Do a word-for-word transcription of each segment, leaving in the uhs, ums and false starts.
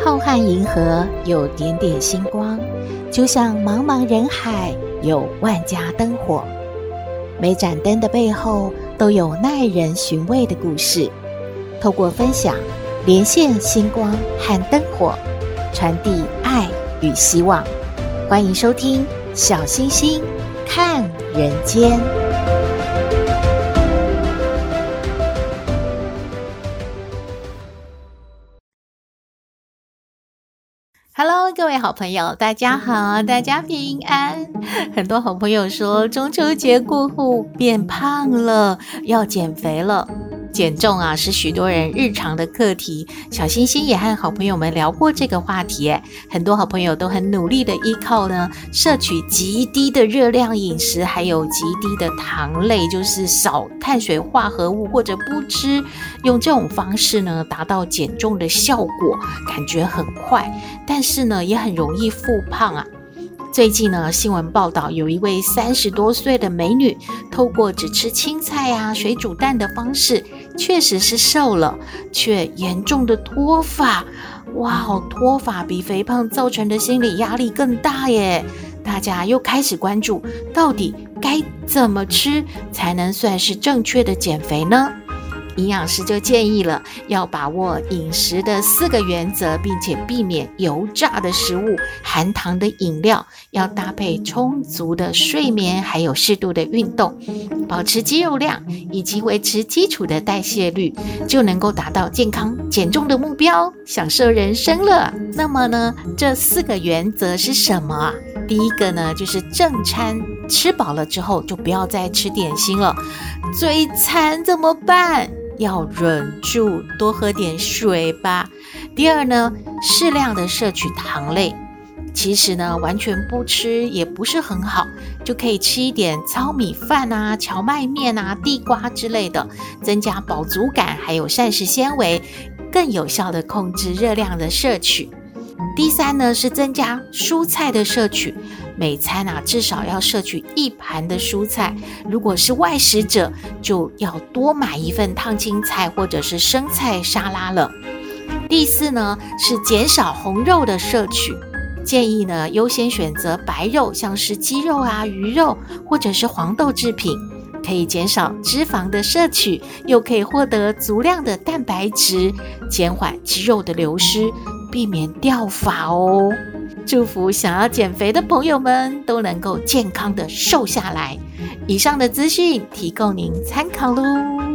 浩瀚银河有点点星光，就像茫茫人海有万家灯火。每盏灯的背后都有耐人寻味的故事。透过分享，连线星光和灯火，传递爱与希望。欢迎收听小星星看人间。Hello， 各位好朋友，大家好，大家平安。很多好朋友说中秋节过后变胖了，要减肥了。减重啊，是许多人日常的课题。小星星也和好朋友们聊过这个话题，很多好朋友都很努力的依靠呢，摄取极低的热量饮食，还有极低的糖类，就是少碳水化合物或者不吃，用这种方式呢，达到减重的效果，感觉很快，但是呢，也很容易复胖啊。最近呢，新闻报道有一位三十多岁的美女，透过只吃青菜啊、水煮蛋的方式，确实是瘦了，却严重的脱发。哇，脱发比肥胖造成的心理压力更大耶！大家又开始关注，到底该怎么吃才能算是正确的减肥呢？营养师就建议了，要把握饮食的四个原则，并且避免油炸的食物、含糖的饮料，要搭配充足的睡眠，还有适度的运动，保持肌肉量以及维持基础的代谢率，就能够达到健康减重的目标，享受人生了。那么呢，这四个原则是什么啊？第一个呢，就是正餐吃饱了之后就不要再吃点心了，嘴馋怎么办？要忍住，多喝点水吧。第二呢，适量的摄取糖类，其实呢，完全不吃也不是很好，就可以吃一点糙米饭啊、荞麦面啊、地瓜之类的，增加饱足感，还有膳食纤维，更有效的控制热量的摄取。第三呢，是增加蔬菜的摄取，每餐啊至少要摄取一盘的蔬菜，如果是外食者，就要多买一份烫青菜或者是生菜沙拉了。第四呢，是减少红肉的摄取，建议呢优先选择白肉，像是鸡肉啊、鱼肉或者是黄豆制品，可以减少脂肪的摄取，又可以获得足量的蛋白质，减缓肌肉的流失，避免掉发哦。祝福想要减肥的朋友们都能够健康的瘦下来。以上的资讯提供您参考咯。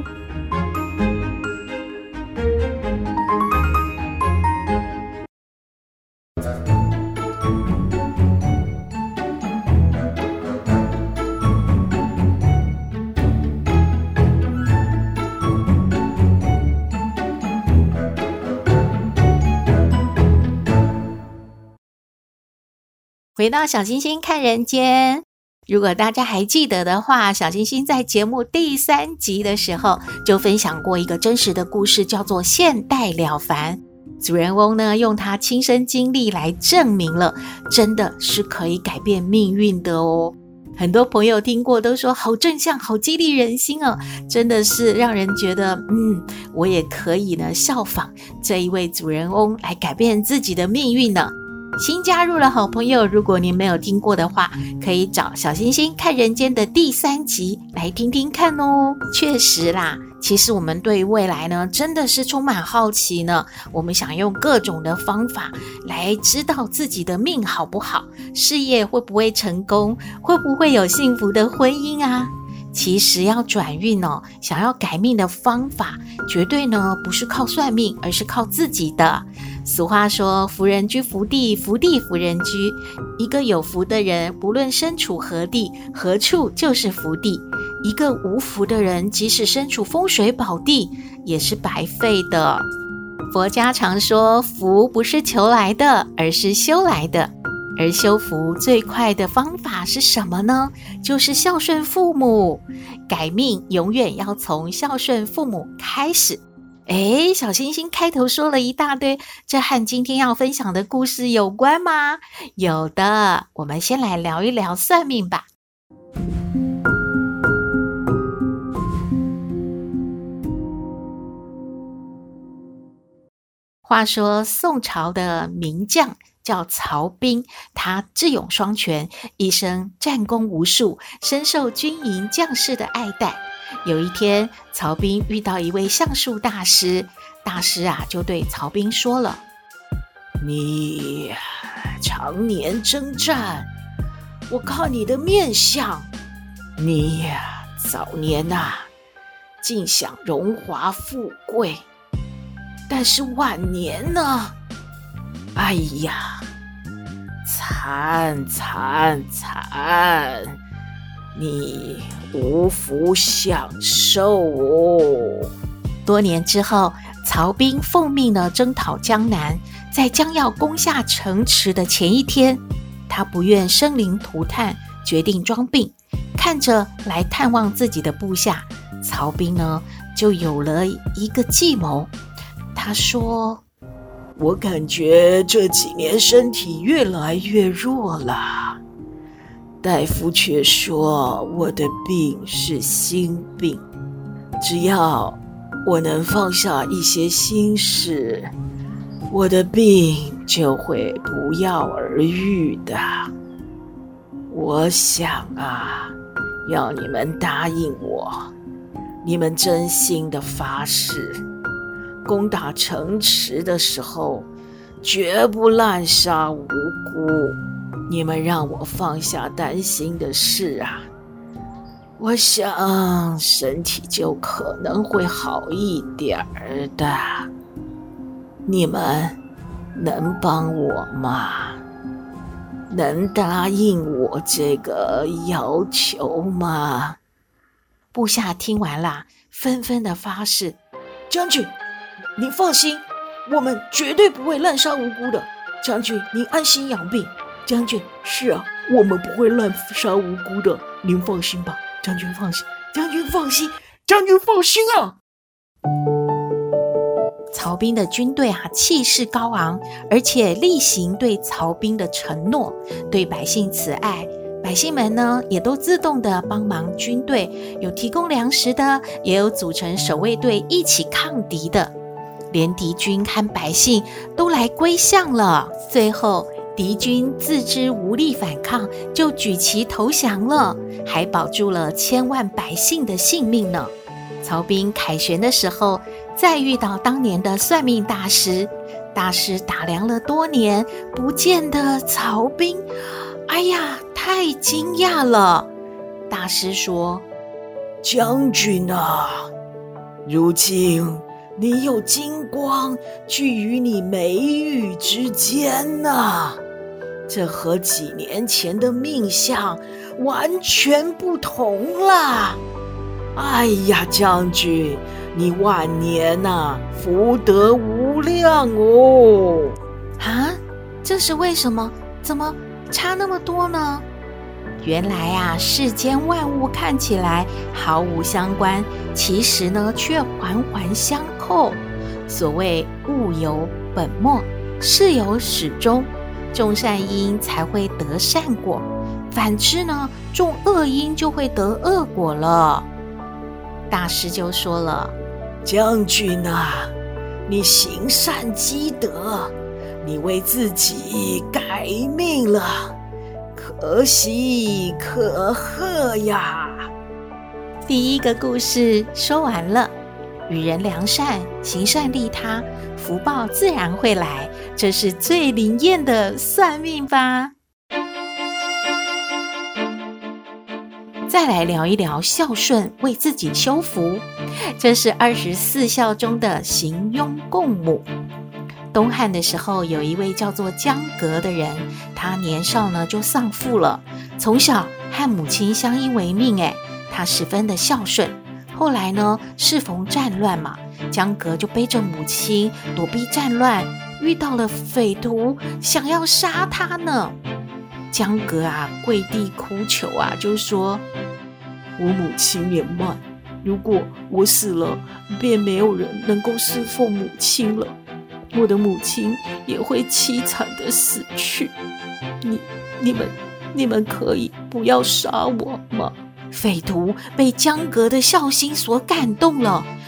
回到小星星看人间，如果大家还记得的话，小星星在节目第三集的时候就分享过一个真实的故事，叫做现代了凡。主人翁呢，用他亲身经历来证明了，真的是可以改变命运的哦。很多朋友听过都说好正向，好激励人心哦，真的是让人觉得嗯，我也可以呢效仿这一位主人翁来改变自己的命运呢。新加入了好朋友，如果您没有听过的话，可以找小星星看人间的第三集来听听看哦。确实啦，其实我们对未来呢真的是充满好奇呢，我们想用各种的方法来知道自己的命好不好，事业会不会成功，会不会有幸福的婚姻啊。其实要转运哦，想要改命的方法绝对呢不是靠算命，而是靠自己的。俗话说，福人居福地，福地福人居。一个有福的人，不论身处何地，何处就是福地。一个无福的人，即使身处风水宝地，也是白费的。佛家常说，福不是求来的，而是修来的。而修福最快的方法是什么呢？就是孝顺父母。改命永远要从孝顺父母开始。诶，小星星开头说了一大堆，这和今天要分享的故事有关吗？有的，我们先来聊一聊算命吧。 话说宋朝的名将叫曹彬，他智勇双全，一生战功无数，深受军营将士的爱戴。有一天，曹彬遇到一位相术大师，大师啊就对曹彬说了：你常年征战，我看你的面相，你早年啊尽享荣华富贵，但是晚年呢，哎呀，惨惨惨，你无福享受哦。多年之后，曹彬奉命呢征讨江南，在将要攻下城池的前一天，他不愿生灵涂炭，决定装病。看着来探望自己的部下，曹彬呢就有了一个计谋。他说：我感觉这几年身体越来越弱了，大夫却说我的病是心病，只要我能放下一些心事，我的病就会不药而愈的。我想啊，要你们答应我，你们真心的发誓，攻打城池的时候绝不滥杀无辜。你们让我放下担心的事啊，我想身体就可能会好一点儿的。你们能帮我吗？能答应我这个要求吗？部下听完了，纷纷的发誓：将军，您放心，我们绝对不会滥杀无辜的。将军，您安心养病。将军，是啊，我们不会滥杀无辜的，您放心吧。将军放心，将军放心，将军放心啊！曹彬的军队啊，气势高昂，而且例行对曹彬的承诺，对百姓慈爱。百姓们呢，也都自动的帮忙军队，有提供粮食的，也有组成守卫队一起抗敌的，连敌军和百姓都来归降了。最后，敌军自知无力反抗，就举旗投降了，还保住了千万百姓的性命呢。曹彬凯旋的时候，再遇到当年的算命大师，大师打量了多年不见的曹彬，哎呀，太惊讶了。大师说：将军啊，如今你有金光居于你眉宇之间呐、啊，这和几年前的命相完全不同啦。哎呀，将军，你晚年呐、啊，福德无量哦。啊，这是为什么？怎么差那么多呢？原来啊，世间万物看起来毫无相关，其实呢却环环相扣。所谓物有本末，事有始终，种善因才会得善果，反之呢，种恶因就会得恶果了。大师就说了：将军啊，你行善积德，你为自己改命了，可喜可贺呀！第一个故事说完了，与人良善，行善利他，福报自然会来，这是最灵验的算命吧。再来聊一聊孝顺为自己修福，这是二十四孝中的行雍共母。东汉的时候，有一位叫做江革的人，他年少呢就丧父了，从小和母亲相依为命，诶他十分的孝顺。后来呢，适逢战乱嘛，江革就背着母亲躲避战乱，遇到了匪徒，想要杀他呢。江革啊，跪地哭求啊，就说：我母亲年迈，如果我死了，便没有人能够侍奉母亲了，我的母亲也会凄惨的死去。你、你们、你们可以不要杀我吗？匪徒被江革的孝心所感动了，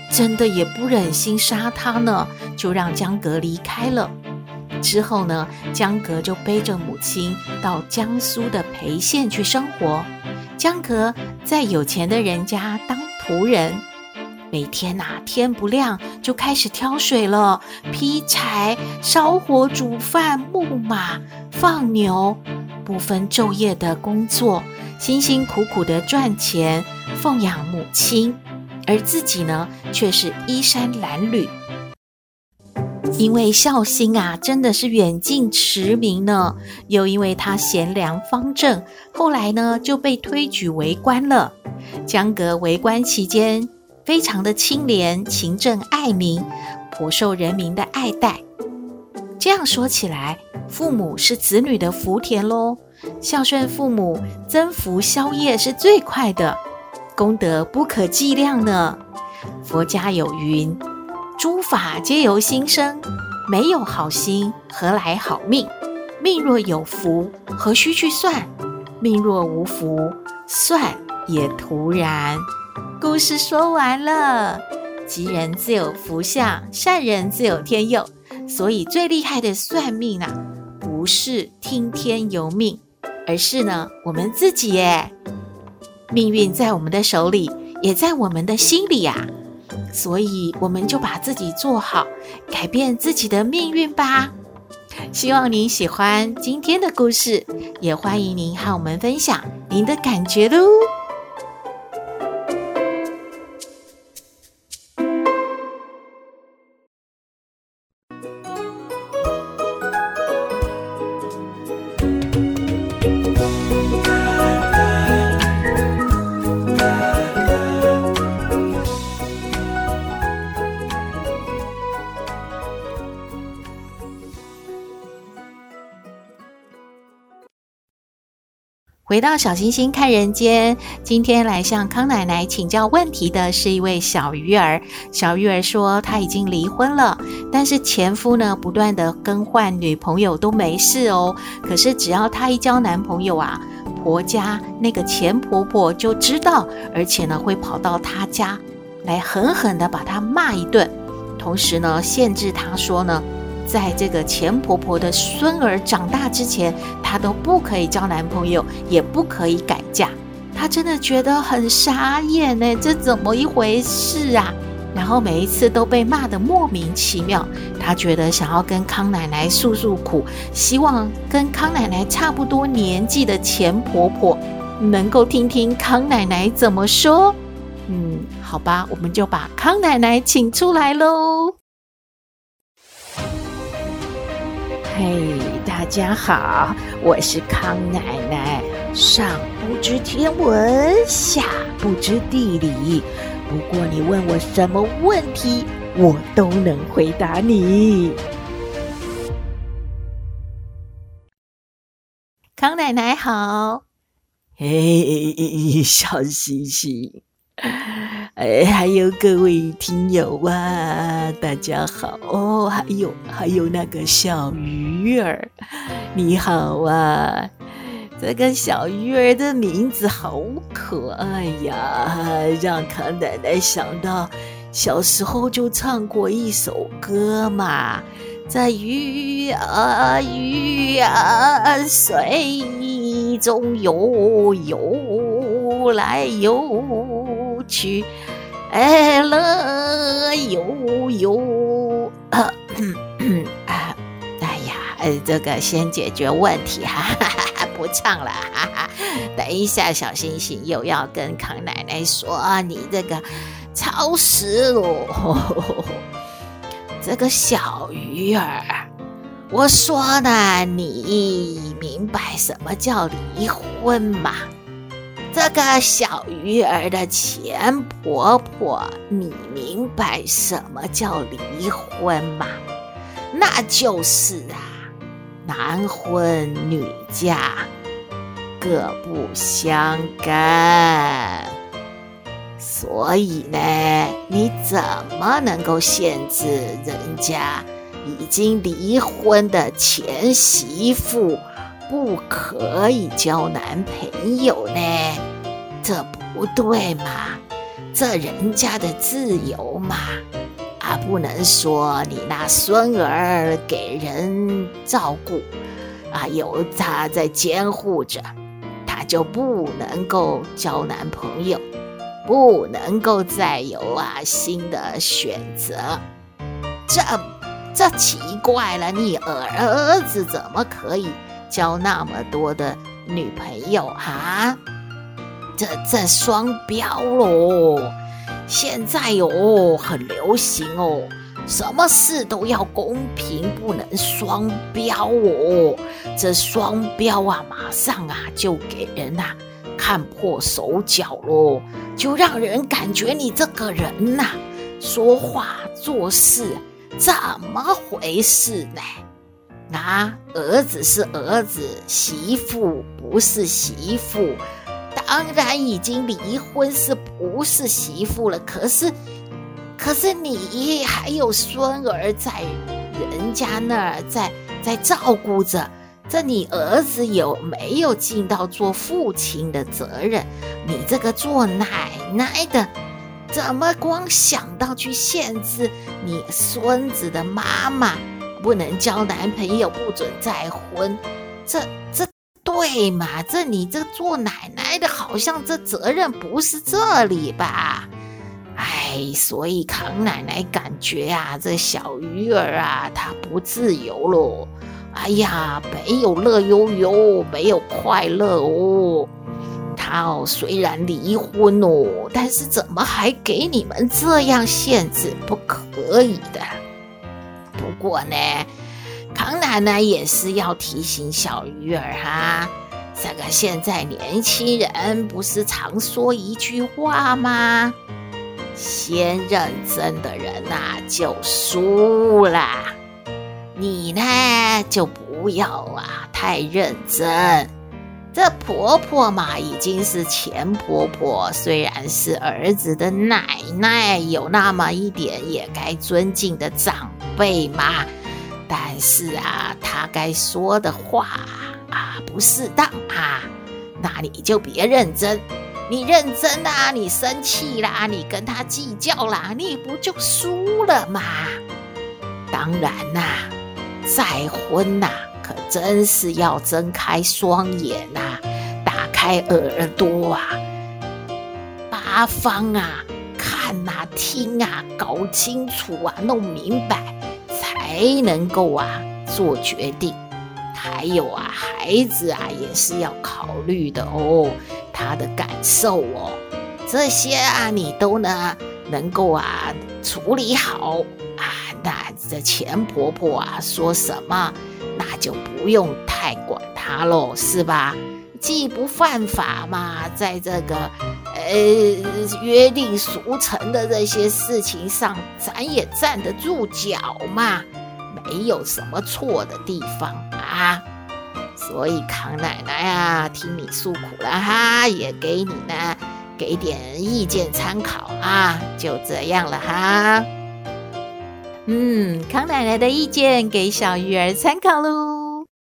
真的也不忍心杀他呢，就让江革离开了。之后呢，江革就背着母亲到江苏的裴县去生活。江革在有钱的人家当仆人，每天啊，天不亮就开始挑水了，劈柴、烧火、煮饭、牧马、放牛，不分昼夜的工作，辛辛苦苦的赚钱，奉养母亲，而自己呢，却是衣衫褴褛。因为孝心啊，真的是远近驰名呢。又因为他贤良方正，后来呢就被推举为官了。江革为官期间，非常的清廉、勤政爱民，颇受人民的爱戴。这样说起来，父母是子女的福田咯。孝顺父母，增福消业是最快的，功德不可计量呢。佛家有云：诸法皆由心生，没有好心，何来好命？命若有福，何须去算？命若无福，算也徒然。故事说完了，吉人自有福相，善人自有天佑。所以最厉害的算命啊，不是听天由命，而是呢我们自己耶。命运在我们的手里，也在我们的心里啊。所以我们就把自己做好，改变自己的命运吧。希望您喜欢今天的故事，也欢迎您和我们分享您的感觉咯。回到小星星看人间，今天来向康奶奶请教问题的是一位小鱼儿。小鱼儿说他已经离婚了，但是前夫呢不断的更换女朋友都没事哦，可是只要他一交男朋友啊，婆家那个前婆婆就知道，而且呢会跑到他家来狠狠的把他骂一顿，同时呢限制他说呢，在这个前婆婆的孙儿长大之前，她都不可以交男朋友，也不可以改嫁。她真的觉得很傻眼呢，这怎么一回事啊？然后每一次都被骂得莫名其妙。她觉得想要跟康奶奶诉诉苦，希望跟康奶奶差不多年纪的前婆婆能够听听康奶奶怎么说。嗯，好吧，我们就把康奶奶请出来咯。 嘿，大家好，我是康奶奶。上不知天文，下不知地理，不过你问我什么问题，我都能回答你。 康奶奶好。 嘿，小星星，哎，还有各位听友啊，大家好哦！还有还有那个小鱼儿，你好啊！这个小鱼儿的名字好可爱呀，让康奶奶想到小时候就唱过一首歌嘛，在鱼啊鱼啊水中游游来游去，哎乐悠悠。啊啊哎呀，这个先解决问题哈哈哈，不唱了哈哈。等一下，小星星又要跟康奶奶说你这个超时咯。这个小鱼儿，我说呢，你明白什么叫离婚吗？这个小鱼儿的前婆婆，你明白什么叫离婚吗？那就是啊，男婚女嫁，各不相干。所以呢，你怎么能够限制人家已经离婚的前媳妇不可以交男朋友呢？这不对嘛！ 这人家的自由嘛，啊，不能说你那孙儿给人照顾，啊，有他在监护着，他就不能够交男朋友，不能够再有啊新的选择。这这奇怪了，你儿子怎么可以交那么多的女朋友啊？这这双标咯，现在哦很流行哦，什么事都要公平，不能双标哦。这双标啊，马上啊就给人啊看破手脚咯，就让人感觉你这个人呐、啊，说话做事怎么回事呢？啊，儿子是儿子，媳妇不是媳妇。当然已经离婚，是不是媳妇了？可是，可是你还有孙儿在人家那儿在在照顾着，这你儿子有没有尽到做父亲的责任？你这个做奶奶的，怎么光想到去限制你孙子的妈妈不能交男朋友，不准再婚？这这。对嘛，这你这做奶奶的好像这责任不是这里吧？哎，所以康奶奶感觉啊，这小鱼儿啊，他不自由咯。哎呀，没有乐悠悠，没有快乐哦。他哦，虽然离婚哦，但是怎么还给你们这样限制？不可以的。不过呢，康奶奶也是要提醒小鱼儿哈，这个现在年轻人不是常说一句话吗？先认真的人啊就输啦，你呢就不要啊太认真。这婆婆嘛已经是前婆婆，虽然是儿子的奶奶，有那么一点也该尊敬的长辈嘛。但是啊，他该说的话啊不适当啊，那你就别认真。你认真啊，你生气啦，你跟他计较啦，你不就输了吗？当然啦、啊，再婚呐、啊，可真是要睁开双眼啊，打开耳朵啊，八方啊看啊听啊，搞清楚啊，弄明白。才能够啊做决定。还有啊，孩子啊也是要考虑的哦，他的感受哦，这些啊你都呢能够啊处理好啊。那这前婆婆啊说什么，那就不用太管他咯，是吧？既不犯法嘛，在这个呃约定俗成的这些事情上，咱也站得住脚嘛。没有什么错的地方啊，所以康奶奶啊，听你诉苦了哈，也给你呢给点意见参考啊，就这样了哈。 嗯，康奶奶的意见给小鱼儿参考喽。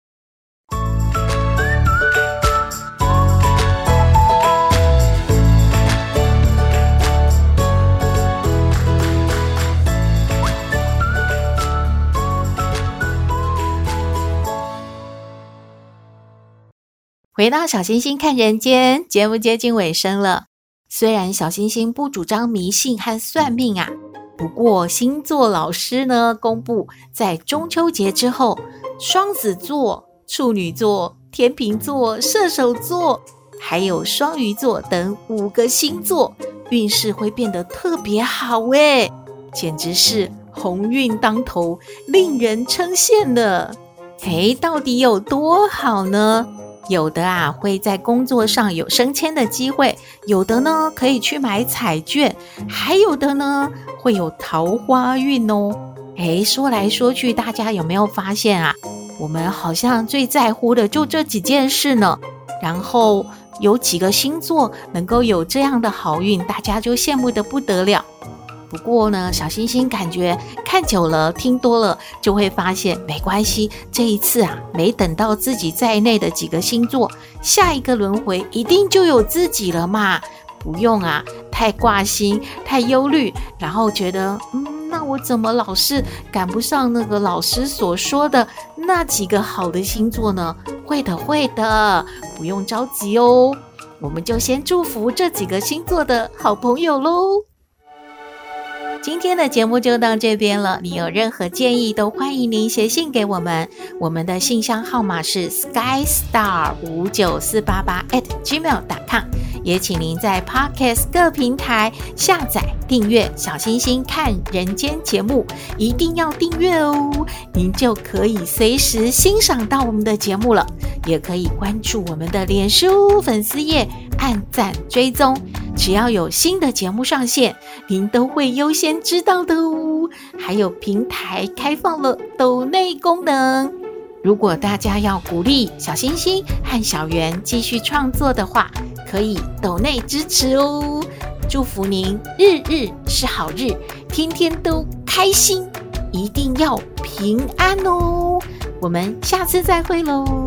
回到小星星看人间，节目接近尾声了。虽然小星星不主张迷信和算命啊，不过星座老师呢公布，在中秋节之后，双子座、处女座、天秤座、射手座，还有双鱼座等五个星座运势会变得特别好诶，简直是鸿运当头，令人称羡的。诶，到底有多好呢？有的啊会在工作上有升迁的机会，有的呢可以去买彩券，还有的呢会有桃花运哦。诶，说来说去，大家有没有发现啊，我们好像最在乎的就这几件事呢，然后有几个星座能够有这样的好运，大家就羡慕得不得了。不过呢，小星星感觉看久了听多了就会发现没关系，这一次啊没等到自己在内的几个星座，下一个轮回一定就有自己了嘛， 不用啊太挂心太忧虑，然后觉得嗯，那我怎么老是赶不上那个老师所说的那几个好的星座呢？会的会的，不用着急哦，我们就先祝福这几个星座的好朋友咯。今天的节目就到这边了，你有任何建议都欢迎您写信给我们，我们的信箱号码是 skystar 五九四八八 at gmail dot com， 也请您在 Podcast 各平台下载订阅小星星看人间节目，一定要订阅哦，您就可以随时欣赏到我们的节目了，也可以关注我们的脸书粉丝页，按赞追踪，只要有新的节目上线，您都会优先知道的哦。还有平台开放了抖内功能，如果大家要鼓励小星星和小圆继续创作的话，可以抖内支持哦。祝福您日日是好日，天天都开心，一定要平安哦。我们下次再会喽。